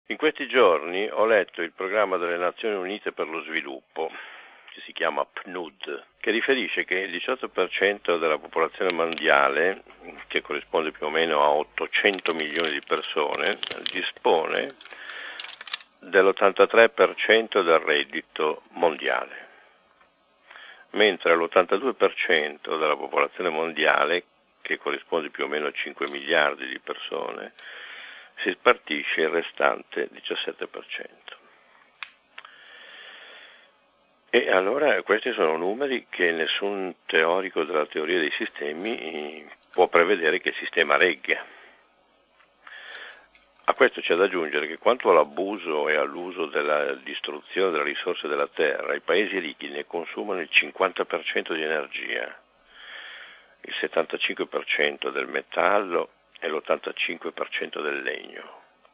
In questi giorni ho letto il programma delle Nazioni Unite per lo sviluppo, che si chiama PNUD, che riferisce che il 18% della popolazione mondiale, che corrisponde più o meno a 800 milioni di persone, dispone dell'83% del reddito mondiale, mentre l'82% della popolazione mondiale, che corrisponde più o meno a 5 miliardi di persone, si spartisce il restante 17%. E allora questi sono numeri che nessun teorico della teoria dei sistemi può prevedere che il sistema regga. A questo c'è da aggiungere che quanto all'abuso e all'uso della distruzione delle risorse della terra, i paesi ricchi ne consumano il 50% di energia, il 75% del metallo e l'85% del legno.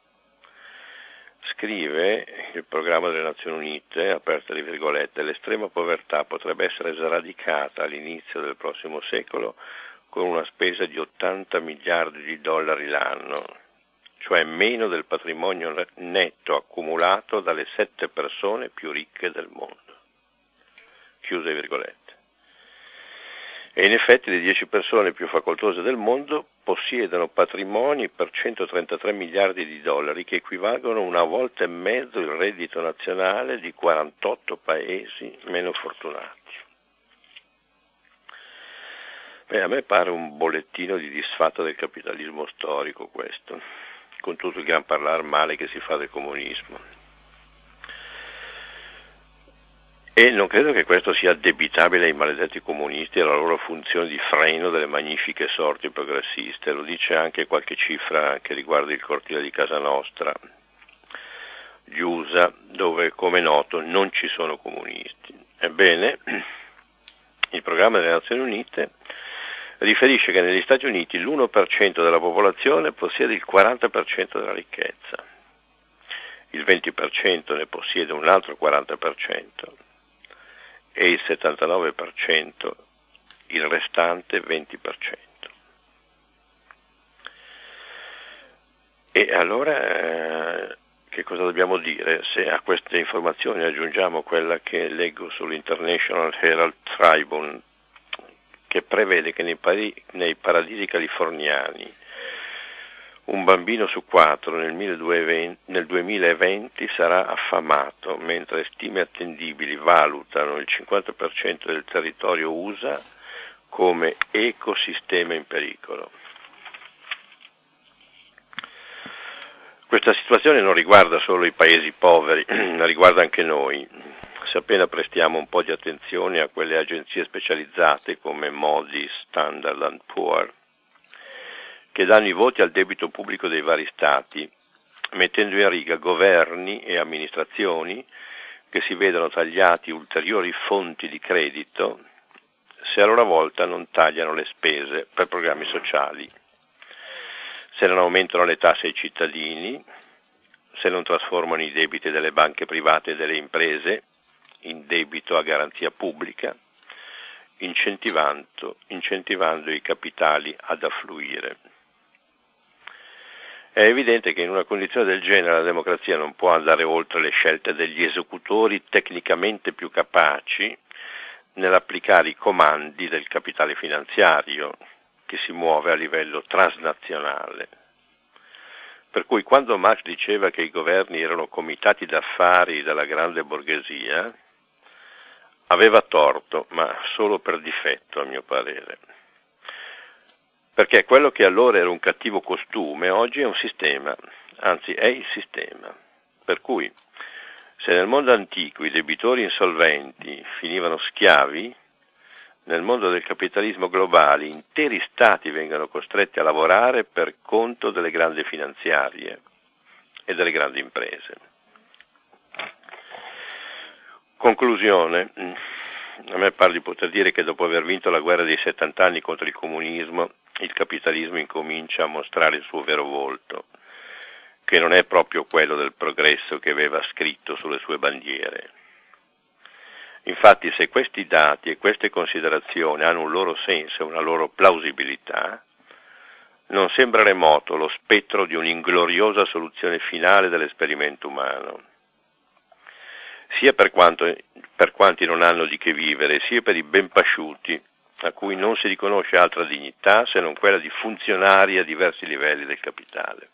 Scrive il programma delle Nazioni Unite, aperte le virgolette, l'estrema povertà potrebbe essere sradicata all'inizio del prossimo secolo con una spesa di 80 miliardi di dollari l'anno, cioè meno del patrimonio netto accumulato dalle 7 persone più ricche del mondo. Chiuse virgolette. E in effetti le 10 persone più facoltose del mondo possiedono patrimoni per 133 miliardi di dollari, che equivalgono una volta e mezzo il reddito nazionale di 48 paesi meno fortunati. A me pare un bollettino di disfatto del capitalismo storico questo, con tutto il gran parlare male che si fa del comunismo. E non credo che questo sia addebitabile ai maledetti comunisti e alla loro funzione di freno delle magnifiche sorti progressiste. Lo dice anche qualche cifra che riguarda il cortile di casa nostra, gli USA, dove, come è noto, non ci sono comunisti. Ebbene, il programma delle Nazioni Unite riferisce che negli Stati Uniti l'1% della popolazione possiede il 40% della ricchezza, il 20% ne possiede un altro 40%, e il 79% il restante 20%. E allora che cosa dobbiamo dire se a queste informazioni aggiungiamo quella che leggo sull'International Herald Tribune, che prevede che nei paradisi californiani un bambino su 4 nel 2020 sarà affamato, mentre stime attendibili valutano il 50% del territorio USA come ecosistema in pericolo. Questa situazione non riguarda solo i paesi poveri, ma riguarda anche noi. Se appena prestiamo un po' di attenzione a quelle agenzie specializzate come Moody's, Standard & Poor's, che danno i voti al debito pubblico dei vari stati, mettendo in riga governi e amministrazioni che si vedono tagliati ulteriori fonti di credito se a loro volta non tagliano le spese per programmi sociali, se non aumentano le tasse ai cittadini, se non trasformano i debiti delle banche private e delle imprese in debito a garanzia pubblica, incentivando i capitali ad affluire. È evidente che in una condizione del genere la democrazia non può andare oltre le scelte degli esecutori tecnicamente più capaci nell'applicare i comandi del capitale finanziario che si muove a livello transnazionale. Per cui quando Marx diceva che i governi erano comitati d'affari della grande borghesia, aveva torto, ma solo per difetto a mio parere. Perché quello che allora era un cattivo costume, oggi è un sistema, anzi è il sistema. Per cui, se nel mondo antico i debitori insolventi finivano schiavi, nel mondo del capitalismo globale interi stati vengono costretti a lavorare per conto delle grandi finanziarie e delle grandi imprese. Conclusione. A me pare di poter dire che dopo aver vinto la guerra dei 70 anni contro il comunismo, il capitalismo incomincia a mostrare il suo vero volto, che non è proprio quello del progresso che aveva scritto sulle sue bandiere. Infatti, se questi dati e queste considerazioni hanno un loro senso e una loro plausibilità, non sembra remoto lo spettro di un'ingloriosa soluzione finale dell'esperimento umano, sia per quanti non hanno di che vivere, sia per i ben pasciuti, a cui non si riconosce altra dignità se non quella di funzionari a diversi livelli del capitale.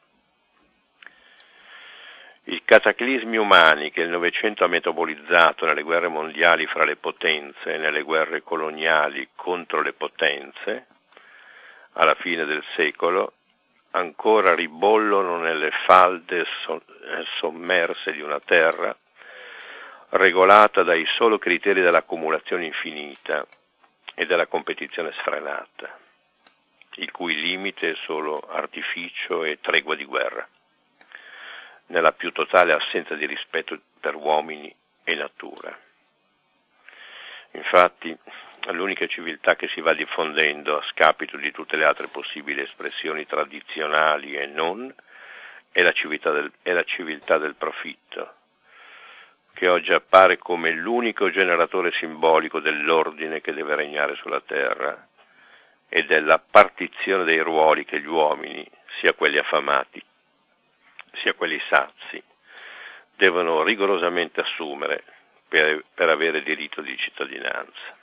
I cataclismi umani che il Novecento ha metabolizzato nelle guerre mondiali fra le potenze e nelle guerre coloniali contro le potenze, alla fine del secolo, ancora ribollono nelle falde sommerse di una terra regolata dai soli criteri dell'accumulazione infinita e della competizione sfrenata, il cui limite è solo artificio e tregua di guerra, nella più totale assenza di rispetto per uomini e natura. Infatti, l'unica civiltà che si va diffondendo a scapito di tutte le altre possibili espressioni tradizionali e non è la civiltà del profitto, che oggi appare come l'unico generatore simbolico dell'ordine che deve regnare sulla terra e della partizione dei ruoli che gli uomini, sia quelli affamati, sia quelli sazi, devono rigorosamente assumere per avere diritto di cittadinanza.